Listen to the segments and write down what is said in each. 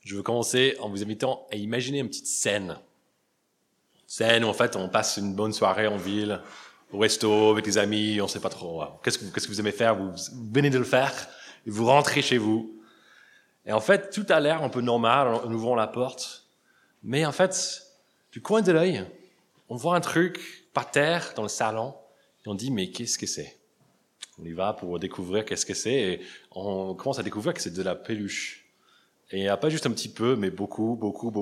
je veux commencer en vous invitant à imaginer une petite scène. Scène où en fait on passe une bonne soirée en ville, au resto, avec les amis, on sait pas trop. Qu'est-ce que vous aimez faire, vous venez de le faire, et vous rentrez chez vous. Et en fait, tout a l'air un peu normal en ouvrant la porte. Mais en fait, du coin de l'œil, on voit un truc par terre dans le salon, et on dit, mais qu'est-ce que c'est? On y va pour découvrir qu'est-ce que c'est, et on commence à découvrir que c'est de la peluche. Et il n'y a pas juste un petit peu, mais beaucoup.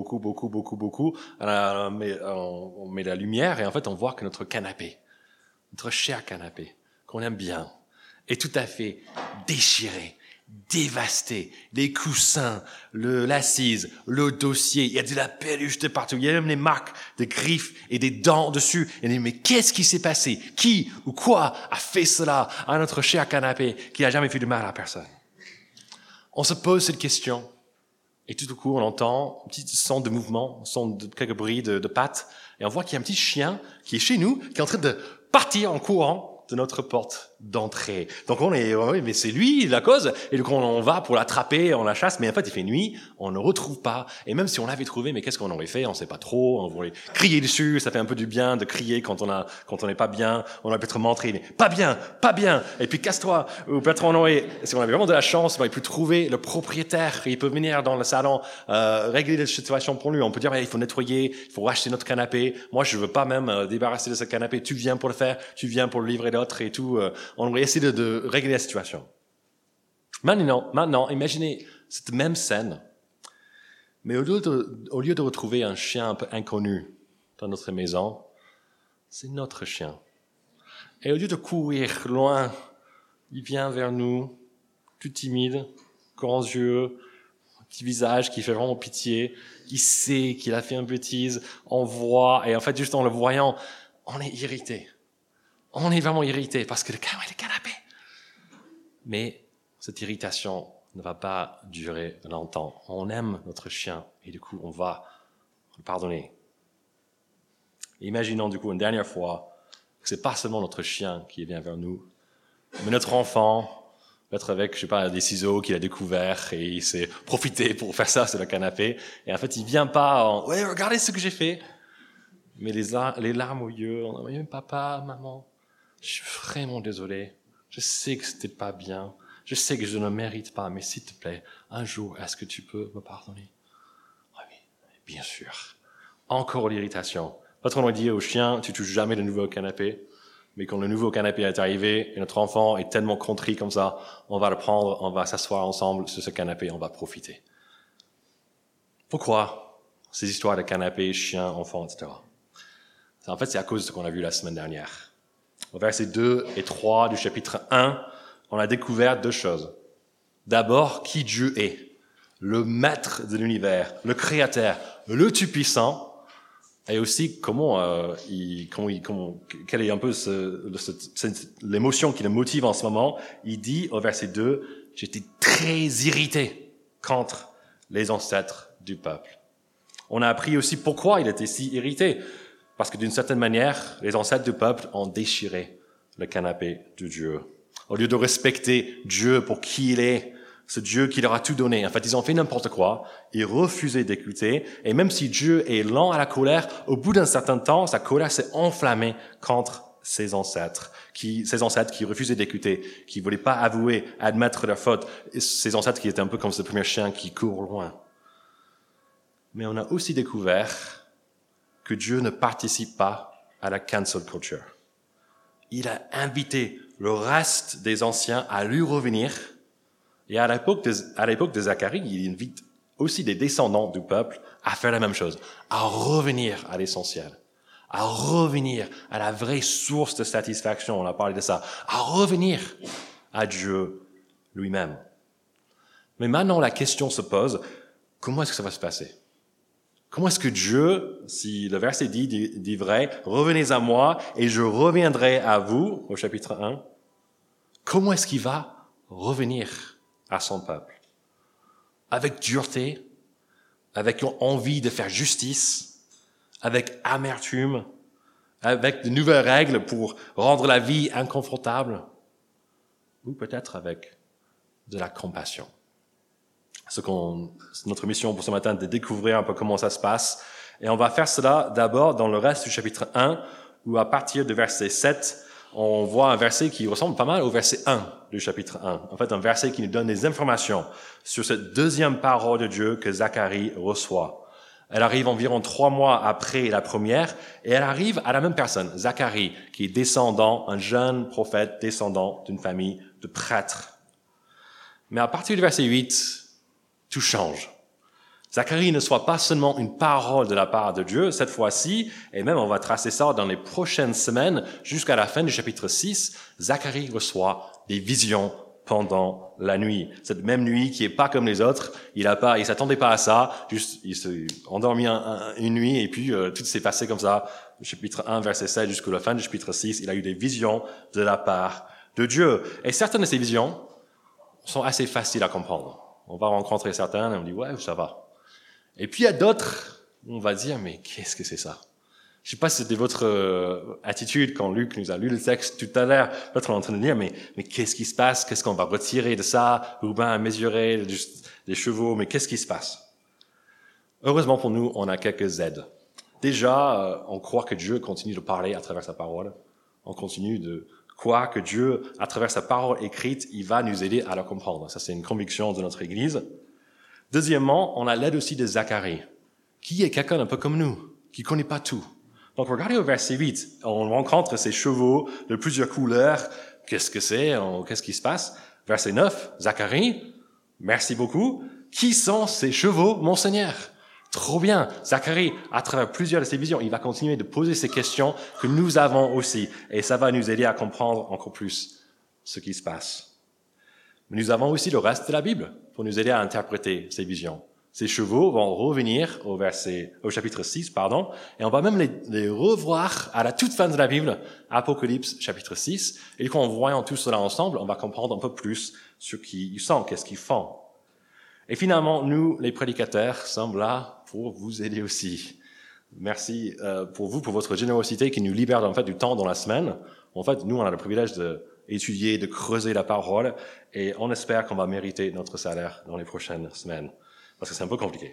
On met la lumière, et en fait, on voit que notre canapé, notre cher canapé, qu'on aime bien, est tout à fait déchiré, dévasté. Les coussins, l'assise, le dossier, il y a de la peluche de partout. Il y a même les marques de griffes et des dents dessus. Et on dit, mais qu'est-ce qui s'est passé? Qui ou quoi a fait cela à notre cher canapé qui n'a jamais fait de mal à personne? On se pose cette question. Et tout à coup, on entend un petit son de mouvement, un son de quelques bruits de pattes. Et on voit qu'il y a un petit chien qui est chez nous, qui est en train de partir en courant de notre porte d'entrée. Donc on est, oui, mais c'est lui la cause. Et donc on va pour l'attraper, on la chasse, mais en fait il fait nuit, on ne retrouve pas. Et même si on l'avait trouvé, mais qu'est-ce qu'on aurait fait? On sait pas trop. On voulait crier dessus, ça fait un peu du bien de crier quand on n'est pas bien. On aurait peut-être montré, mais pas bien. Et puis casse-toi. Ou peut-être si on avait vraiment de la chance, on aurait pu trouver le propriétaire. Il peut venir dans le salon, régler la situation pour lui. On peut dire, il faut nettoyer, il faut racheter notre canapé. Moi je veux pas même débarrasser de ce canapé. Tu viens pour le faire, tu viens pour le livrer d'autres et tout. On va essayer de régler la situation. Maintenant, imaginez cette même scène, mais au lieu de retrouver un chien un peu inconnu dans notre maison, c'est notre chien. Et au lieu de courir loin, il vient vers nous, tout timide, grands yeux, petit visage qui fait vraiment pitié. Il sait qu'il a fait une bêtise, on voit, et en fait, juste en le voyant, on est irrité. On est vraiment irrité parce que le canapé. Mais cette irritation ne va pas durer longtemps. On aime notre chien et du coup, on va le pardonner. Imaginons du coup une dernière fois que c'est pas seulement notre chien qui vient vers nous, mais notre enfant, peut-être avec, je sais pas, des ciseaux qu'il a découverts et il s'est profité pour faire ça sur le canapé. Et en fait, il vient pas en, ouais, regardez ce que j'ai fait. Mais les larmes aux yeux, on a dit, papa, maman, je suis vraiment désolé. Je sais que c'était pas bien. Je sais que je ne mérite pas, mais s'il te plaît, un jour, est-ce que tu peux me pardonner? Oui, bien sûr. Encore l'irritation. Peut-être on a dit au chien, tu touches jamais le nouveau canapé. Mais quand le nouveau canapé est arrivé, et notre enfant est tellement contrit comme ça, on va le prendre, on va s'asseoir ensemble sur ce canapé, on va profiter. Pourquoi ces histoires de canapé, chien, enfant, etc. En fait, c'est à cause de ce qu'on a vu la semaine dernière. Au verset 2 et 3 du chapitre 1, on a découvert deux choses. D'abord, qui Dieu est, le maître de l'univers, le créateur, le Tout-Puissant, et aussi quelle est un peu l'émotion qui le motive en ce moment. Il dit au verset 2, j'étais très irrité contre les ancêtres du peuple. On a appris aussi pourquoi il était si irrité. Parce que d'une certaine manière, les ancêtres du peuple ont déchiré le canapé de Dieu. Au lieu de respecter Dieu pour qui il est, ce Dieu qui leur a tout donné. En fait, ils ont fait n'importe quoi. Ils refusaient d'écouter. Et même si Dieu est lent à la colère, au bout d'un certain temps, sa colère s'est enflammée contre ses ancêtres qui refusaient d'écouter, qui voulaient pas avouer, admettre leur faute. Et ces ancêtres qui étaient un peu comme ce premier chien qui court loin. Mais on a aussi découvert que Dieu ne participe pas à la cancel culture. Il a invité le reste des anciens à lui revenir. Et à l'époque de Zacharie, il invite aussi des descendants du peuple à faire la même chose, à revenir à l'essentiel, à revenir à la vraie source de satisfaction, on a parlé de ça, à revenir à Dieu lui-même. Mais maintenant, la question se pose, comment est-ce que ça va se passer? Comment est-ce que Dieu, si le verset dit vrai, revenez à moi et je reviendrai à vous, au chapitre 1, comment est-ce qu'il va revenir à son peuple? Avec dureté, avec envie de faire justice, avec amertume, avec de nouvelles règles pour rendre la vie inconfortable, ou peut-être avec de la compassion. Notre mission pour ce matin, de découvrir un peu comment ça se passe. Et on va faire cela d'abord dans le reste du chapitre 1, où à partir du verset 7, on voit un verset qui ressemble pas mal au verset 1 du chapitre 1. En fait, un verset qui nous donne des informations sur cette deuxième parole de Dieu que Zacharie reçoit. Elle arrive environ 3 mois après la première, et elle arrive à la même personne, Zacharie, qui est descendant, un jeune prophète descendant d'une famille de prêtres. Mais à partir du verset 8, tout change. Zacharie ne soit pas seulement une parole de la part de Dieu, cette fois-ci, et même on va tracer ça dans les prochaines semaines, jusqu'à la fin du chapitre 6, Zacharie reçoit des visions pendant la nuit. Cette même nuit qui est pas comme les autres, il s'attendait pas à ça, juste, il s'est endormi une nuit, et puis tout s'est passé comme ça, du chapitre 1, verset 7, jusqu'à la fin du chapitre 6, il a eu des visions de la part de Dieu. Et certaines de ces visions sont assez faciles à comprendre. On va rencontrer certains et on dit, ouais, ça va. Et puis il y a d'autres, on va dire, mais qu'est-ce que c'est ça? Je sais pas si c'était votre attitude quand Luc nous a lu le texte tout à l'heure. Peut-être on est en train de dire, mais qu'est-ce qui se passe? Qu'est-ce qu'on va retirer de ça? Ruben a mesuré des chevaux, mais qu'est-ce qui se passe? Heureusement pour nous, on a quelques aides. Déjà, on croit que Dieu continue de parler à travers sa parole. On continue de croire que Dieu, à travers sa parole écrite, il va nous aider à la comprendre. Ça, c'est une conviction de notre Église. Deuxièmement, on a l'aide aussi de Zacharie, qui est quelqu'un un peu comme nous, qui connaît pas tout. Donc, regardez au verset 8, on rencontre ces chevaux de plusieurs couleurs. Qu'est-ce que c'est? Qu'est-ce qui se passe? Verset 9, Zacharie, merci beaucoup. Qui sont ces chevaux, mon Seigneur? Trop bien. Zacharie, à travers plusieurs de ses visions, il va continuer de poser ces questions que nous avons aussi. Et ça va nous aider à comprendre encore plus ce qui se passe. Mais nous avons aussi le reste de la Bible pour nous aider à interpréter ces visions. Ces chevaux vont revenir au chapitre 6, et on va même les revoir à la toute fin de la Bible, Apocalypse chapitre 6. Et quand on voit tout cela ensemble, on va comprendre un peu plus sur qui ils sont, qu'est-ce qu'ils font. Et finalement, nous, les prédicateurs, sommes là pour vous aider aussi. Merci pour votre générosité qui nous libère en fait du temps dans la semaine. En fait, nous, on a le privilège d'étudier, de creuser la parole, et on espère qu'on va mériter notre salaire dans les prochaines semaines, parce que c'est un peu compliqué.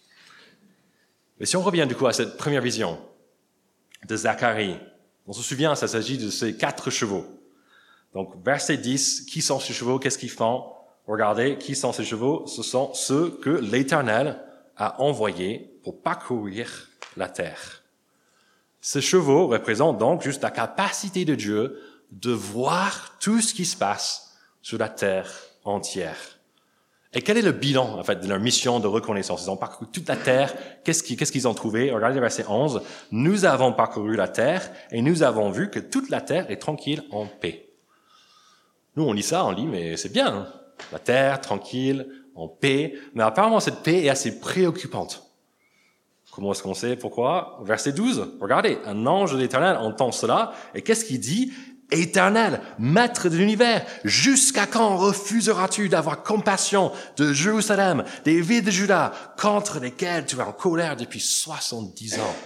Mais si on revient du coup à cette première vision de Zacharie, on se souvient, ça s'agit de ces 4 chevaux. Donc, verset 10, qui sont ces chevaux, qu'est-ce qu'ils font? Regardez, qui sont ces chevaux? Ce sont ceux que l'Éternel a envoyés pour parcourir la terre. Ces chevaux représentent donc juste la capacité de Dieu de voir tout ce qui se passe sur la terre entière. Et quel est le bilan, en fait, de leur mission de reconnaissance? Ils ont parcouru toute la terre. Qu'est-ce qu'ils ont trouvé? Regardez le verset 11. Nous avons parcouru la terre et nous avons vu que toute la terre est tranquille en paix. Nous, on lit ça, on lit, mais c'est bien, hein? La terre, tranquille, en paix. Mais apparemment, cette paix est assez préoccupante. Comment est-ce qu'on sait pourquoi? Verset 12. Regardez, un ange de l'Éternel entend cela. Et qu'est-ce qu'il dit? Éternel, maître de l'univers, jusqu'à quand refuseras-tu d'avoir compassion de Jérusalem, des villes de Juda, contre lesquelles tu es en colère depuis 70 ans?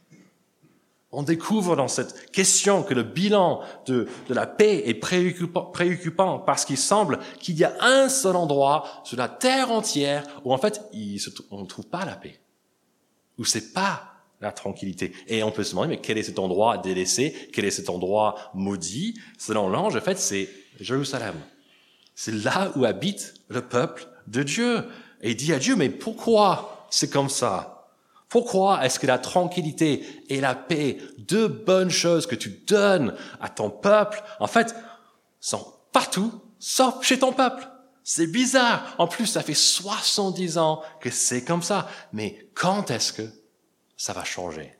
On découvre dans cette question que le bilan de la paix est préoccupant parce qu'il semble qu'il y a un seul endroit sur la terre entière où en fait on ne trouve pas la paix, où c'est pas la tranquillité. Et on peut se demander, mais quel est cet endroit délaissé? Quel est cet endroit maudit? Selon l'ange, en fait, c'est Jérusalem. C'est là où habite le peuple de Dieu. Et il dit à Dieu, mais pourquoi c'est comme ça? Pourquoi est-ce que la tranquillité et la paix, 2 bonnes choses que tu donnes à ton peuple, en fait, sont partout, sauf chez ton peuple? C'est bizarre. En plus, ça fait 70 ans que c'est comme ça. Mais quand est-ce que ça va changer?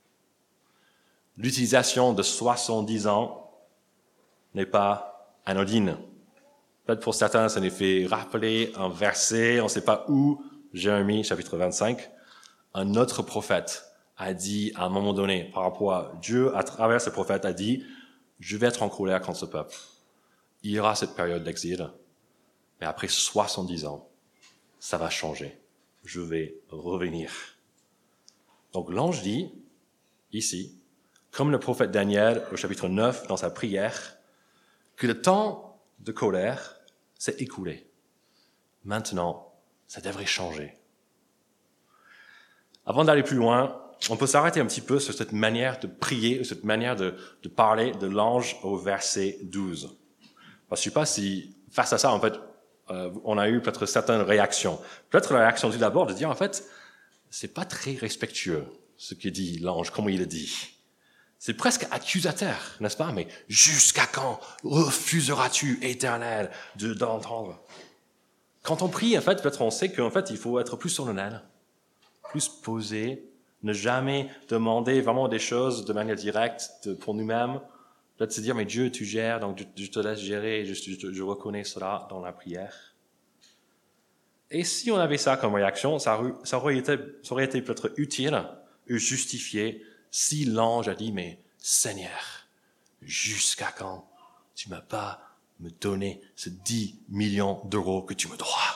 L'utilisation de 70 ans n'est pas anodine. Peut-être pour certains, ça nous fait rappeler un verset, on ne sait pas où, Jérémie, chapitre 25. Un autre prophète a dit à un moment donné, par rapport à Dieu, à travers ce prophète, a dit, je vais être en colère contre ce peuple. Il y aura cette période d'exil, mais après 70 ans, ça va changer. Je vais revenir. Donc l'ange dit, ici, comme le prophète Daniel au chapitre 9 dans sa prière, que le temps de colère s'est écoulé. Maintenant, Ça devrait changer. Avant d'aller plus loin, on peut s'arrêter un petit peu sur cette manière de prier, cette manière de parler de l'ange au verset 12. Parce que je ne sais pas si, face à ça, en fait, on a eu peut-être certaines réactions. Peut-être la réaction tout d'abord de dire, en fait, c'est pas très respectueux, ce que dit l'ange, comment il le dit. C'est presque accusateur, n'est-ce pas? Mais jusqu'à quand refuseras-tu, Éternel, d'entendre? Quand on prie, en fait, peut-être on sait qu'en fait, il faut être plus solennel, plus posé, ne jamais demander vraiment des choses de manière directe pour nous-mêmes. Peut-être se dire, mais Dieu, tu gères, donc je te laisse gérer, je reconnais cela dans la prière. Et si on avait ça comme réaction, ça aurait été peut-être utile et justifié si l'ange a dit, mais Seigneur, jusqu'à quand tu m'as pas me donné ces 10 millions d'euros que tu me dois?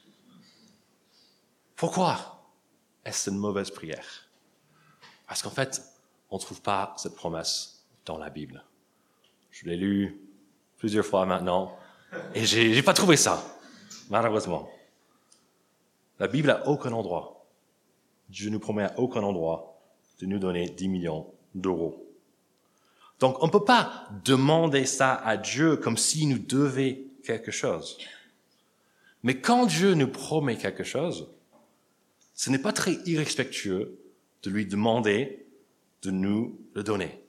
Pourquoi est-ce une mauvaise prière? Parce qu'en fait, on ne trouve pas cette promesse dans la Bible. Je l'ai lu plusieurs fois maintenant et j'ai pas trouvé ça, malheureusement. La Bible à aucun endroit, Dieu nous promet à aucun endroit de nous donner 10 millions d'euros. Donc, on ne peut pas demander ça à Dieu comme s'il nous devait quelque chose. Mais quand Dieu nous promet quelque chose, ce n'est pas très irrespectueux de lui demander de nous le donner.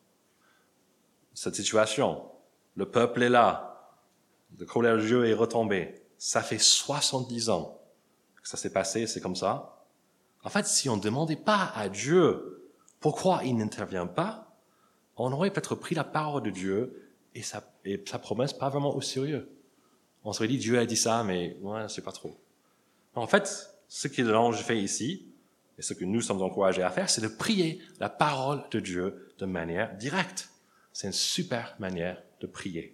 Cette situation, le peuple est là, le colère de Dieu est retombé. Ça fait 70 ans que ça s'est passé, c'est comme ça. En fait, si on ne demandait pas à Dieu pourquoi il n'intervient pas, on aurait peut-être pris la parole de Dieu et sa promesse pas vraiment au sérieux. On serait dit, Dieu a dit ça, mais ouais, c'est pas trop. En fait, ce que l'ange fait ici, et ce que nous sommes encouragés à faire, c'est de prier la parole de Dieu de manière directe. C'est une super manière de prier.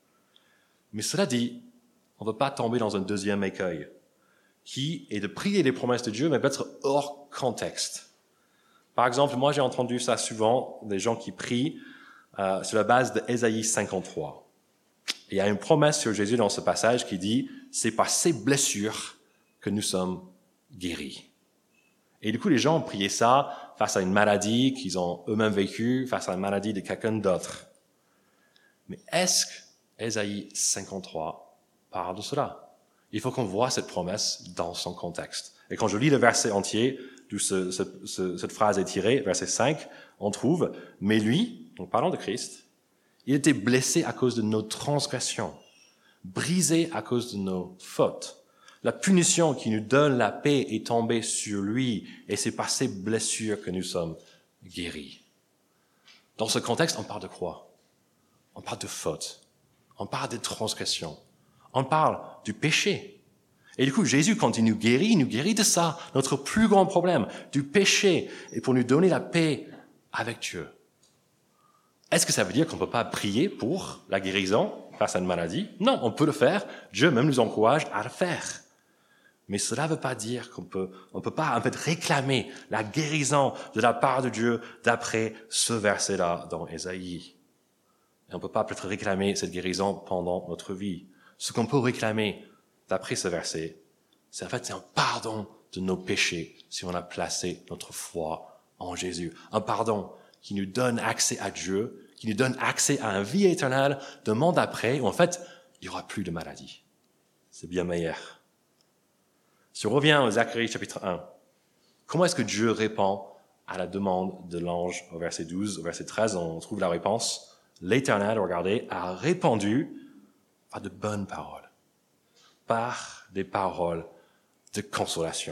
Mais cela dit, on ne veut pas tomber dans un deuxième écueil, qui est de prier les promesses de Dieu, mais peut-être hors contexte. Par exemple, moi j'ai entendu ça souvent, des gens qui prient sur la base de Ésaïe 53. Il y a une promesse sur Jésus dans ce passage qui dit « C'est par ses blessures que nous sommes guéris ». Et du coup, les gens ont prié ça face à une maladie qu'ils ont eux-mêmes vécue, face à une maladie de quelqu'un d'autre. Mais est-ce qu'Ésaïe 53 parle de cela? Il faut qu'on voit cette promesse dans son contexte. Et quand je lis le verset entier, d'où cette phrase est tirée, verset 5, on trouve « Mais lui », donc parlons de Christ, « il était blessé à cause de nos transgressions, brisé à cause de nos fautes. La punition qui nous donne la paix est tombée sur lui, et c'est par ses blessures que nous sommes guéris. » Dans ce contexte, on parle de quoi? On parle de faute. On parle des transgressions. On parle du péché. Et du coup, Jésus, quand il nous guérit de ça, notre plus grand problème, du péché, et pour nous donner la paix avec Dieu. Est-ce que ça veut dire qu'on ne peut pas prier pour la guérison face à une maladie? Non, on peut le faire. Dieu même nous encourage à le faire. Mais cela ne veut pas dire qu'on peut pas en fait réclamer la guérison de la part de Dieu d'après ce verset-là dans Ésaïe. Et on ne peut pas peut-être réclamer cette guérison pendant notre vie. Ce qu'on peut réclamer d'après ce verset, c'est en fait un pardon de nos péchés si on a placé notre foi en Jésus. Un pardon qui nous donne accès à Dieu, qui nous donne accès à une vie éternelle d'un monde après où en fait, il n'y aura plus de maladie. C'est bien meilleur. Si on revient au Zacharie chapitre 1, comment est-ce que Dieu répond à la demande de l'ange au verset 12, au verset 13, on trouve la réponse. L'Éternel, regardez, a répondu par de bonnes paroles, par des paroles de consolation.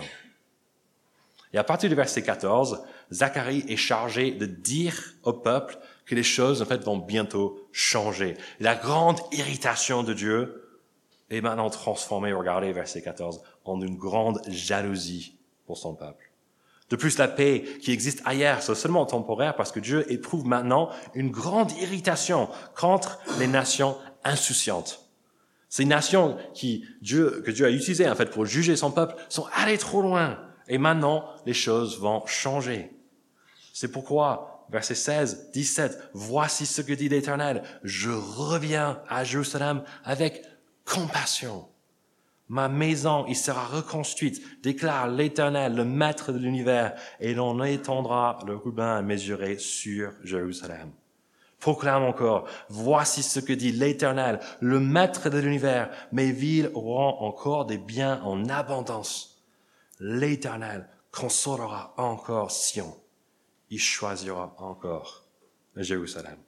Et à partir du verset 14, Zacharie est chargé de dire au peuple que les choses, en fait, vont bientôt changer. La grande irritation de Dieu est maintenant transformée, regardez, verset 14, en une grande jalousie pour son peuple. De plus, la paix qui existe ailleurs, c'est seulement temporaire parce que Dieu éprouve maintenant une grande irritation contre les nations insouciantes. Ces nations que Dieu a utilisées, en fait, pour juger son peuple, sont allées trop loin. Et maintenant, les choses vont changer. C'est pourquoi, verset 16, 17, « Voici ce que dit l'Éternel, je reviens à Jérusalem avec compassion, Ma maison y sera reconstruite, déclare l'Éternel, le Maître de l'univers, et l'on étendra le ruban à mesurer sur Jérusalem. Proclame encore, voici ce que dit l'Éternel, le Maître de l'univers, mes villes auront encore des biens en abondance. L'Éternel consolera encore Sion, il choisira encore Jérusalem.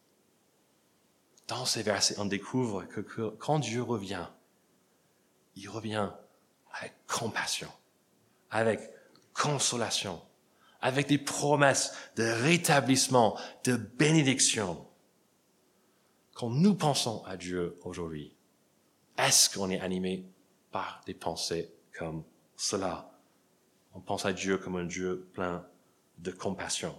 Dans ces versets, on découvre que quand Dieu revient, il revient avec compassion, avec consolation, avec des promesses de rétablissement, de bénédiction. Quand nous pensons à Dieu aujourd'hui, est-ce qu'on est animé par des pensées comme cela? On pense à Dieu comme un Dieu plein de compassion.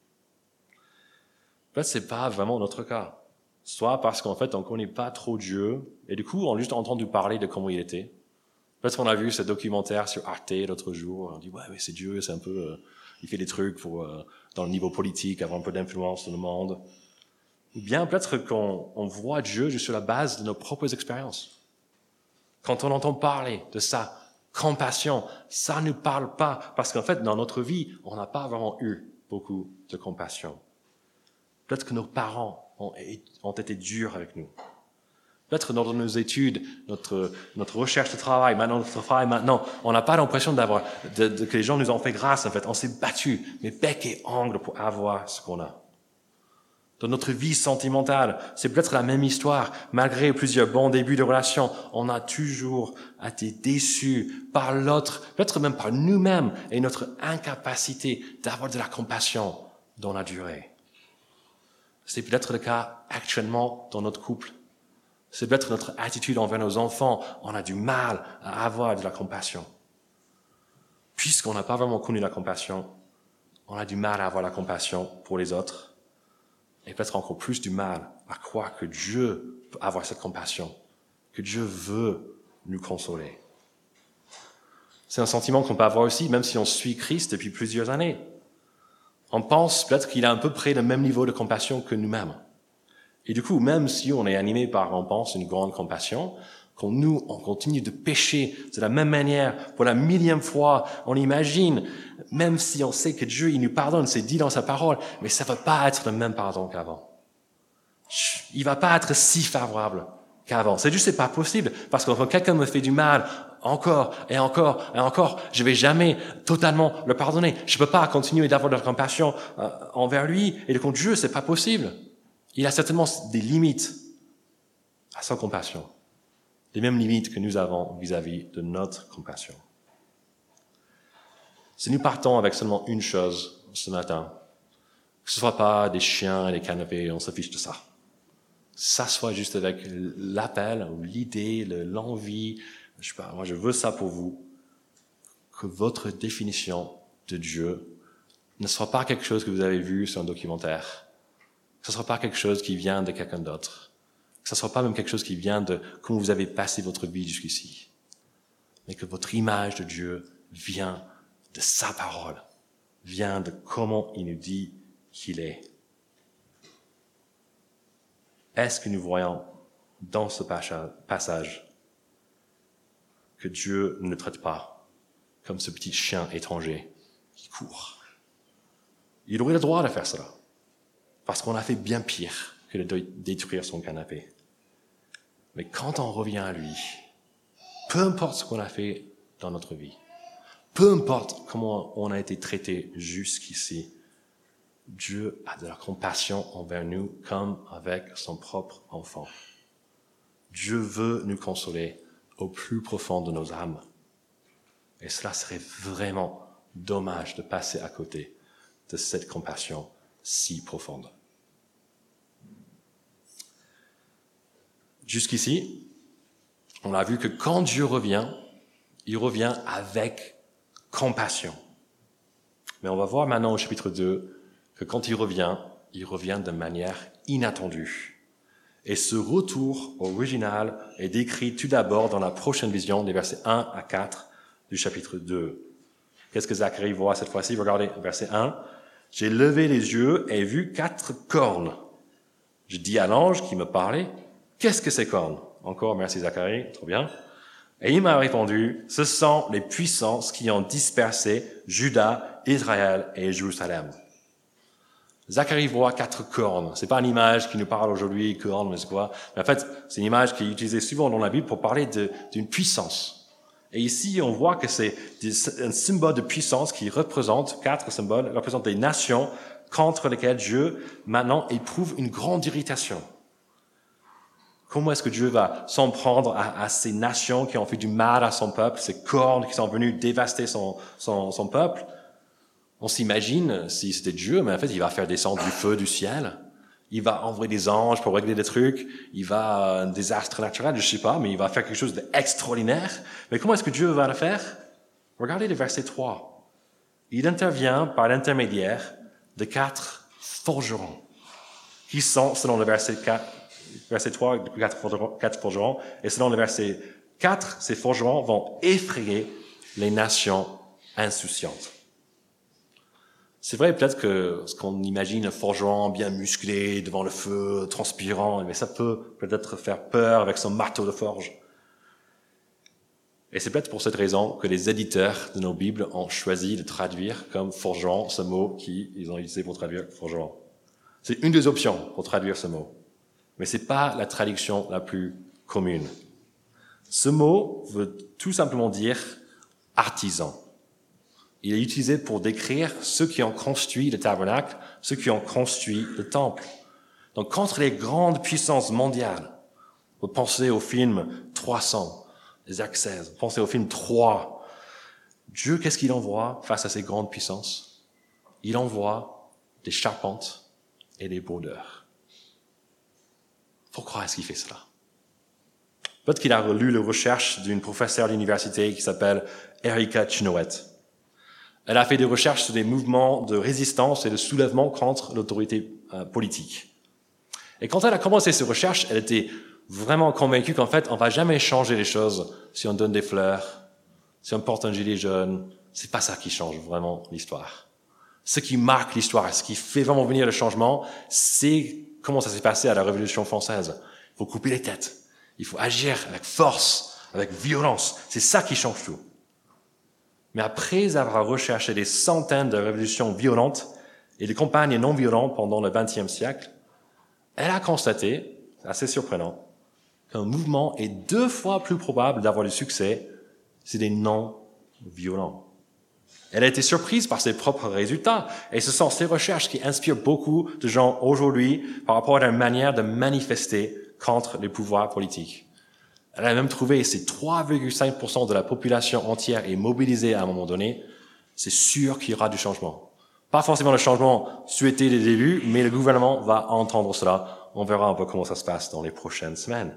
Peut-être c'est pas vraiment notre cas. Soit parce qu'en fait, on connaît pas trop Dieu, et du coup, on a juste entendu parler de comment il était. Peut-être qu'on a vu ce documentaire sur Arte l'autre jour, on dit, ouais, mais c'est Dieu, c'est un peu, il fait des trucs pour, dans le niveau politique, avoir un peu d'influence dans le monde. Ou bien, peut-être qu'on voit Dieu juste sur la base de nos propres expériences. Quand on entend parler de sa compassion, ça ne parle pas, parce qu'en fait, dans notre vie, on n'a pas vraiment eu beaucoup de compassion. Peut-être que nos parents ont été durs avec nous. Peut-être dans nos études, notre recherche de travail, maintenant, on n'a pas l'impression que les gens nous ont fait grâce, en fait. On s'est battu, mais bec et ongle pour avoir ce qu'on a. Dans notre vie sentimentale, c'est peut-être la même histoire. Malgré plusieurs bons débuts de relation, on a toujours été déçus par l'autre, peut-être même par nous-mêmes et notre incapacité d'avoir de la compassion dans la durée. C'est peut-être le cas actuellement dans notre couple. C'est peut-être notre attitude envers nos enfants. On a du mal à avoir de la compassion. Puisqu'on n'a pas vraiment connu la compassion, on a du mal à avoir la compassion pour les autres. Et peut-être encore plus du mal à croire que Dieu peut avoir cette compassion, que Dieu veut nous consoler. C'est un sentiment qu'on peut avoir aussi, même si on suit Christ depuis plusieurs années. On pense peut-être qu'il a à peu près le même niveau de compassion que nous-mêmes. Et du coup, même si on est animé par, on pense, une grande compassion, quand nous, on continue de pécher de la même manière, pour la millième fois, on imagine, même si on sait que Dieu, il nous pardonne, c'est dit dans sa parole, mais ça va pas être le même pardon qu'avant. Il va pas être si favorable qu'avant. C'est juste, c'est pas possible, parce que quand quelqu'un me fait du mal, encore et encore et encore, je vais jamais totalement le pardonner. Je peux pas continuer d'avoir de la compassion envers lui et contre Dieu, c'est pas possible. Il a certainement des limites à sa compassion, les mêmes limites que nous avons vis-à-vis de notre compassion. Si nous partons avec seulement une chose ce matin, que ce soit pas des chiens et des canapés, on se fiche de ça. Ça soit juste avec l'appel ou l'idée, l'envie, je sais pas, moi je veux ça pour vous, que votre définition de Dieu ne soit pas quelque chose que vous avez vu sur un documentaire, que ce soit pas quelque chose qui vient de quelqu'un d'autre, que ce soit pas même quelque chose qui vient de comment vous avez passé votre vie jusqu'ici, mais que votre image de Dieu vient de sa parole, vient de comment il nous dit qu'il est. Est-ce que nous voyons dans ce passage que Dieu ne traite pas comme ce petit chien étranger qui court? Il aurait le droit de faire cela, parce qu'on a fait bien pire que de détruire son canapé. Mais quand on revient à lui, peu importe ce qu'on a fait dans notre vie, peu importe comment on a été traité jusqu'ici, Dieu a de la compassion envers nous comme avec son propre enfant. Dieu veut nous consoler au plus profond de nos âmes. Et cela serait vraiment dommage de passer à côté de cette compassion si profonde. Jusqu'ici, on a vu que quand Dieu revient, il revient avec compassion. Mais on va voir maintenant au chapitre 2 que quand il revient de manière inattendue. Et ce retour original est décrit tout d'abord dans la prochaine vision des versets 1 à 4 du chapitre 2. Qu'est-ce que Zacharie voit cette fois-ci? Regardez, verset 1. « J'ai levé les yeux et vu 4 cornes. Je dis à l'ange qui me parlait, « Qu'est-ce que ces cornes ?» Encore, merci Zacharie, trop bien. Et il m'a répondu, ce sont les puissances qui ont dispersé Juda, Israël et Jérusalem. Zacharie voit 4 cornes. C'est pas une image qui nous parle aujourd'hui, cornes, mais c'est quoi? Mais en fait, c'est une image qui est utilisée souvent dans la Bible pour parler d'une puissance. Et ici, on voit que c'est un symbole de puissance qui représente, 4 symboles, représentent des nations contre lesquelles Dieu, maintenant, éprouve une grande irritation. Comment est-ce que Dieu va s'en prendre à ces nations qui ont fait du mal à son peuple, ces cornes qui sont venues dévaster son peuple? On s'imagine, si c'était Dieu, mais en fait, il va faire descendre du feu du ciel. Il va envoyer des anges pour régler des trucs. Il va, un désastre naturel, je sais pas, mais il va faire quelque chose d'extraordinaire. Mais comment est-ce que Dieu va le faire? Regardez le verset 3. Il intervient par l'intermédiaire de 4 forgerons, qui sont, selon le verset 3, 4 forgerons, et selon le verset 4, ces forgerons vont effrayer les nations insouciantes. C'est vrai, peut-être que ce qu'on imagine, un forgeron bien musclé, devant le feu, transpirant, mais ça peut peut-être faire peur avec son marteau de forge. Et c'est peut-être pour cette raison que les éditeurs de nos Bibles ont choisi de traduire comme forgeron ce mot qu'ils ont utilisé pour traduire forgeron. C'est une des options pour traduire ce mot. Mais c'est pas la traduction la plus commune. Ce mot veut tout simplement dire artisan. Il est utilisé pour décrire ceux qui ont construit le tabernacle, ceux qui ont construit le temple. Donc, contre les grandes puissances mondiales, vous pensez au film 300, les Actes 16, vous pensez au film 3. Dieu, qu'est-ce qu'il envoie face à ces grandes puissances? Il envoie des charpentes et des brodeurs. Pourquoi est-ce qu'il fait cela? Peut-être qu'il a relu les recherches d'une professeure d'université qui s'appelle Erika Chenoweth. Elle a fait des recherches sur des mouvements de résistance et de soulèvement contre l'autorité politique. Et quand elle a commencé ses recherches, elle était vraiment convaincue qu'en fait, on va jamais changer les choses si on donne des fleurs, si on porte un gilet jaune. C'est pas ça qui change vraiment l'histoire. Ce qui marque l'histoire, ce qui fait vraiment venir le changement, c'est comment ça s'est passé à la Révolution française. Il faut couper les têtes. Il faut agir avec force, avec violence. C'est ça qui change tout. Mais après avoir recherché des centaines de révolutions violentes et de campagnes non violentes pendant le XXe siècle, elle a constaté, c'est assez surprenant, qu'un mouvement est 2 fois plus probable d'avoir du succès si des non-violents. Elle a été surprise par ses propres résultats, et ce sont ces recherches qui inspirent beaucoup de gens aujourd'hui par rapport à leur manière de manifester contre les pouvoirs politiques. Elle a même trouvé que si 3,5% de la population entière est mobilisée à un moment donné, c'est sûr qu'il y aura du changement. Pas forcément le changement souhaité dès le début, mais le gouvernement va entendre cela. On verra un peu comment ça se passe dans les prochaines semaines.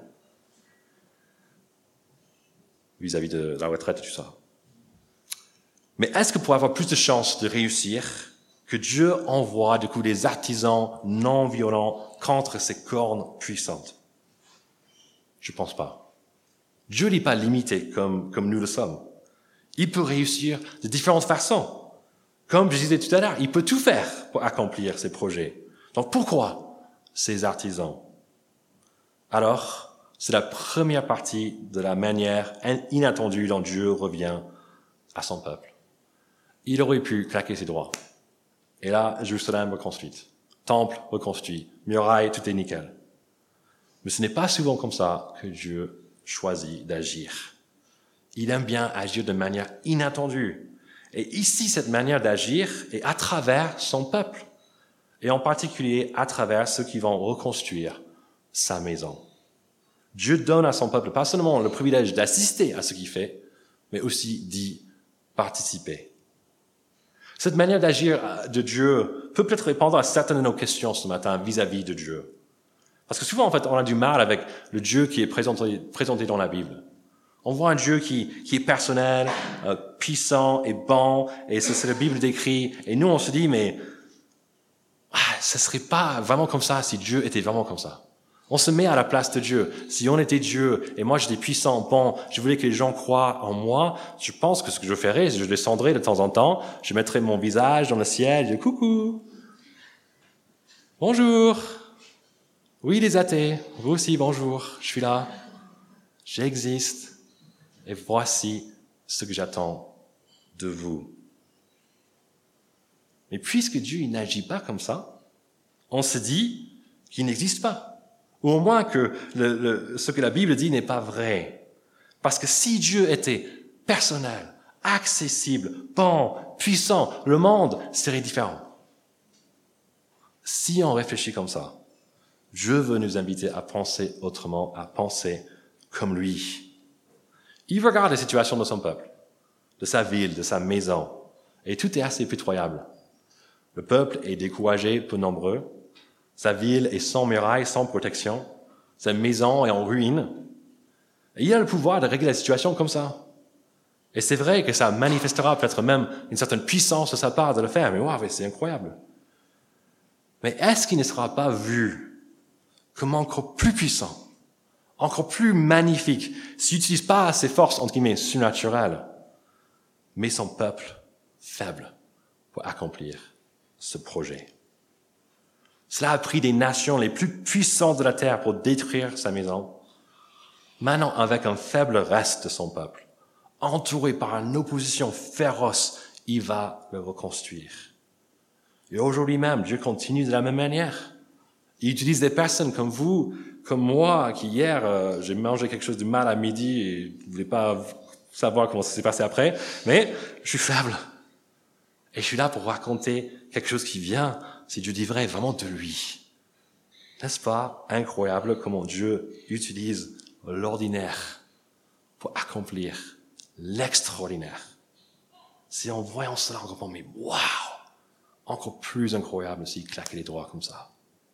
Vis-à-vis de la retraite et tout ça. Mais est-ce que pour avoir plus de chances de réussir, que Dieu envoie du coup des artisans non violents contre ces cornes puissantes? Je pense pas. Dieu n'est pas limité comme nous le sommes. Il peut réussir de différentes façons. Comme je disais tout à l'heure, il peut tout faire pour accomplir ses projets. Donc pourquoi ces artisans? Alors, c'est la première partie de la manière inattendue dont Dieu revient à son peuple. Il aurait pu claquer ses doigts. Et là, Jérusalem reconstruite. Temple reconstruit. Muraille, tout est nickel. Mais ce n'est pas souvent comme ça que Dieu choisit d'agir. Il aime bien agir de manière inattendue. Et ici, cette manière d'agir est à travers son peuple. Et en particulier à travers ceux qui vont reconstruire sa maison. Dieu donne à son peuple pas seulement le privilège d'assister à ce qu'il fait, mais aussi d'y participer. Cette manière d'agir de Dieu peut peut-être répondre à certaines de nos questions ce matin vis-à-vis de Dieu. Parce que souvent, en fait, on a du mal avec le Dieu qui est présenté dans la Bible. On voit un Dieu qui est personnel, puissant et bon, et c'est la Bible décrit. Et nous, on se dit, mais ça serait pas vraiment comme ça si Dieu était vraiment comme ça. On se met à la place de Dieu. Si on était Dieu, et moi j'étais puissant, bon, je voulais que les gens croient en moi, je pense que ce que je ferais, c'est que je descendrais de temps en temps, je mettrais mon visage dans le ciel, je dis coucou, bonjour. Oui, les athées, vous aussi, bonjour, je suis là, j'existe. et voici ce que j'attends de vous. Mais puisque Dieu n'agit pas comme ça, on se dit qu'il n'existe pas. Ou au moins que ce que la Bible dit n'est pas vrai. Parce que si Dieu était personnel, accessible, bon, puissant, le monde serait différent. Si on réfléchit comme ça, Dieu veut nous inviter à penser autrement, à penser comme lui. Il regarde les situations de son peuple, de sa ville, de sa maison, et tout est assez pitoyable. Le peuple est découragé, peu nombreux. Sa ville est sans murailles, sans protection. Sa maison est en ruine. Et il a le pouvoir de régler la situation comme ça. Et c'est vrai que ça manifestera peut-être même une certaine puissance de sa part de le faire. Mais waouh, c'est incroyable. Mais est-ce qu'il ne sera pas vu comme encore plus puissant, encore plus magnifique, s'il n'utilise pas ses forces, entre guillemets, surnaturelles, mais son peuple faible pour accomplir ce projet? Cela a pris des nations les plus puissantes de la terre pour détruire sa maison. Maintenant, avec un faible reste de son peuple, entouré par une opposition féroce, il va le reconstruire. Et aujourd'hui même, Dieu continue de la même manière. Il utilise des personnes comme vous, comme moi, qui hier, j'ai mangé quelque chose de mal à midi et je ne voulais pas savoir comment ça s'est passé après, mais je suis faible. Et je suis là pour raconter quelque chose qui vient, si Dieu dit vrai, vraiment de lui. N'est-ce pas incroyable comment Dieu utilise l'ordinaire pour accomplir l'extraordinaire? Si en voyant cela, on comprend, mais waouh! Encore plus incroyable s'il claquait les doigts comme ça.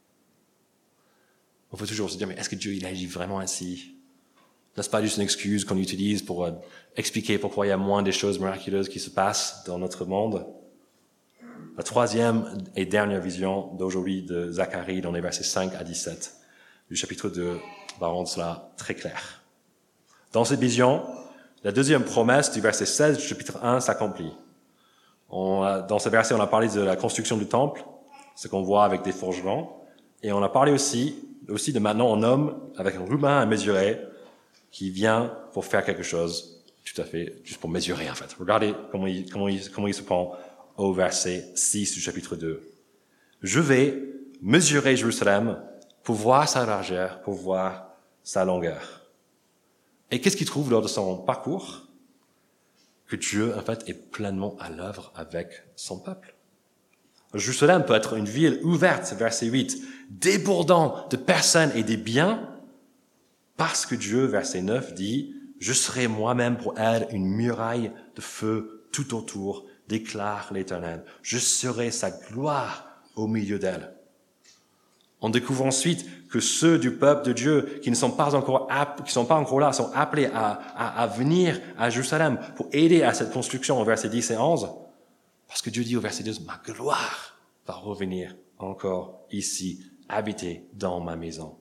On peut toujours se dire, mais est-ce que Dieu il agit vraiment ainsi? N'est-ce pas juste une excuse qu'on utilise pour expliquer pourquoi il y a moins des choses miraculeuses qui se passent dans notre monde? La troisième et dernière vision d'aujourd'hui de Zacharie dans les versets 5 à 17 du chapitre 2 va rendre cela très clair. Dans cette vision, la deuxième promesse du verset 16 du chapitre 1 s'accomplit. Dans ce verset, on a parlé de la construction du temple, ce qu'on voit avec des forgerons, et on a parlé aussi de maintenant un homme avec un ruban à mesurer qui vient pour faire quelque chose, tout à fait, juste pour mesurer en fait. Regardez comment il se prend au verset 6 du chapitre 2. Je vais mesurer Jérusalem pour voir sa largeur, pour voir sa longueur. Et qu'est-ce qu'il trouve lors de son parcours? Que Dieu, en fait, est pleinement à l'œuvre avec son peuple. Jérusalem peut être une ville ouverte, verset 8, débordant de personnes et des biens, parce que Dieu, verset 9, dit « Je serai moi-même pour elle une muraille de feu tout autour, déclare l'Éternel. Je serai sa gloire au milieu d'elle. » On découvre ensuite que ceux du peuple de Dieu qui ne sont pas encore là sont appelés à venir à Jérusalem pour aider à cette construction au verset 10 et 11. Parce que Dieu dit au verset 12, ma gloire va revenir encore ici, habiter dans ma maison.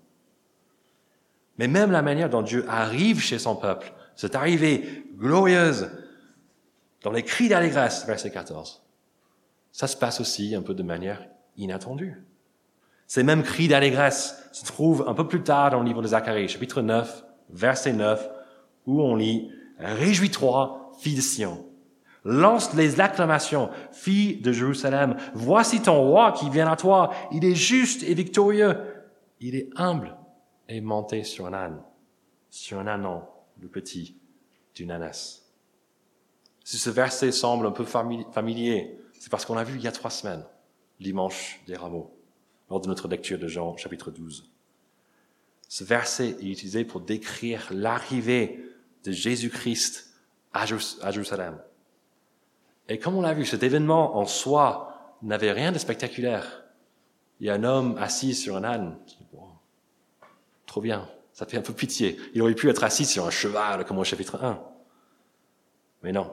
Mais même la manière dont Dieu arrive chez son peuple, cette arrivée glorieuse, dans les cris d'allégresse, verset 14, ça se passe aussi un peu de manière inattendue. Ces mêmes cris d'allégresse se trouvent un peu plus tard dans le livre de Zacharie, chapitre 9, verset 9, où on lit « Réjouis-toi, fille de Sion. Lance les acclamations, fille de Jérusalem. Voici ton roi qui vient à toi. Il est juste et victorieux. Il est humble et monté sur un âne, sur un ânon, le petit d'une ânesse. » Si ce verset semble un peu familier, c'est parce qu'on l'a vu il y a 3 semaines, dimanche des Rameaux, lors de notre lecture de Jean, chapitre 12. Ce verset est utilisé pour décrire l'arrivée de Jésus-Christ à Jérusalem. Et comme on l'a vu, cet événement en soi n'avait rien de spectaculaire. Il y a un homme assis sur un âne. Bon, trop bien, ça fait un peu pitié. Il aurait pu être assis sur un cheval, comme au chapitre 1. Mais non.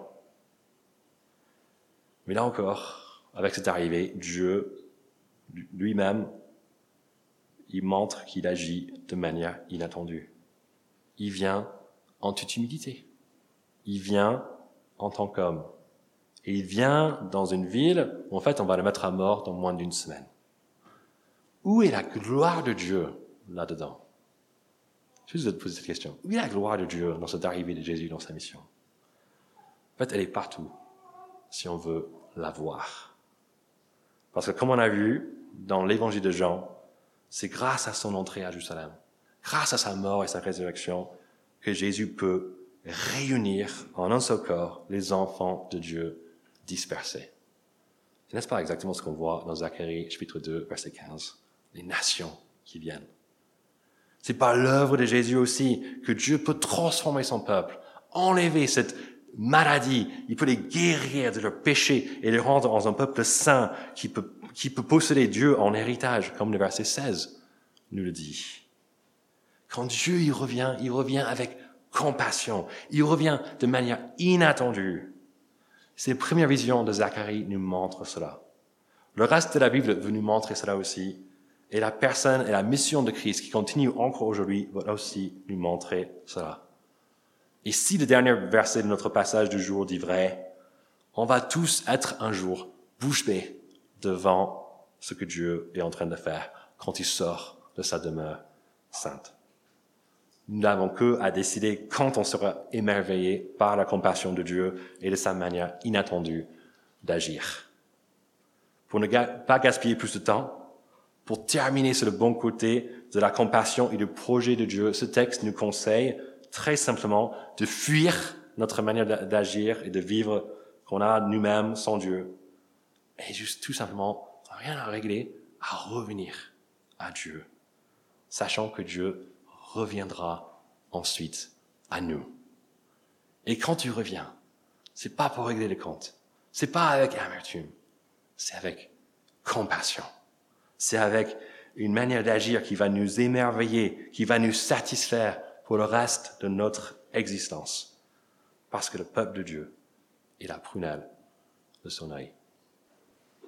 Mais là encore, avec cette arrivée, Dieu lui-même, il montre qu'il agit de manière inattendue. Il vient en toute humilité. Il vient en tant qu'homme. Et il vient dans une ville où, en fait, on va le mettre à mort dans moins d'1 semaine. Où est la gloire de Dieu là-dedans? Je vais vous poser cette question. Où est la gloire de Dieu dans cette arrivée de Jésus dans sa mission? En fait, elle est partout, si on veut la voir. Parce que comme on a vu dans l'évangile de Jean, c'est grâce à son entrée à Jérusalem, grâce à sa mort et sa résurrection, que Jésus peut réunir en un seul corps les enfants de Dieu dispersés. N'est-ce pas exactement ce qu'on voit dans Zacharie, chapitre 2, verset 15? Les nations qui viennent. C'est par l'œuvre de Jésus aussi que Dieu peut transformer son peuple, enlever cette maladie, il peut les guérir de leurs péchés et les rendre en un peuple saint qui peut posséder Dieu en héritage, comme le verset 16 nous le dit. Quand Dieu il revient avec compassion, il revient de manière inattendue. Ces premières visions de Zacharie nous montrent cela. Le reste de la Bible veut nous montrer cela aussi. Et la personne et la mission de Christ qui continue encore aujourd'hui va aussi nous montrer cela. Et si le dernier verset de notre passage du jour dit vrai, on va tous être un jour bouche bée devant ce que Dieu est en train de faire quand il sort de sa demeure sainte. Nous n'avons que à décider quand on sera émerveillé par la compassion de Dieu et de sa manière inattendue d'agir. Pour ne pas gaspiller plus de temps, pour terminer sur le bon côté de la compassion et du projet de Dieu, ce texte nous conseille très simplement de fuir notre manière d'agir et de vivre qu'on a nous-mêmes sans Dieu. Et juste tout simplement, rien à régler, à revenir à Dieu, sachant que Dieu reviendra ensuite à nous. Et quand tu reviens, c'est pas pour régler les comptes, c'est pas avec amertume, c'est avec compassion. C'est avec une manière d'agir qui va nous émerveiller, qui va nous satisfaire pour le reste de notre existence. Parce que le peuple de Dieu est la prunelle de son œil.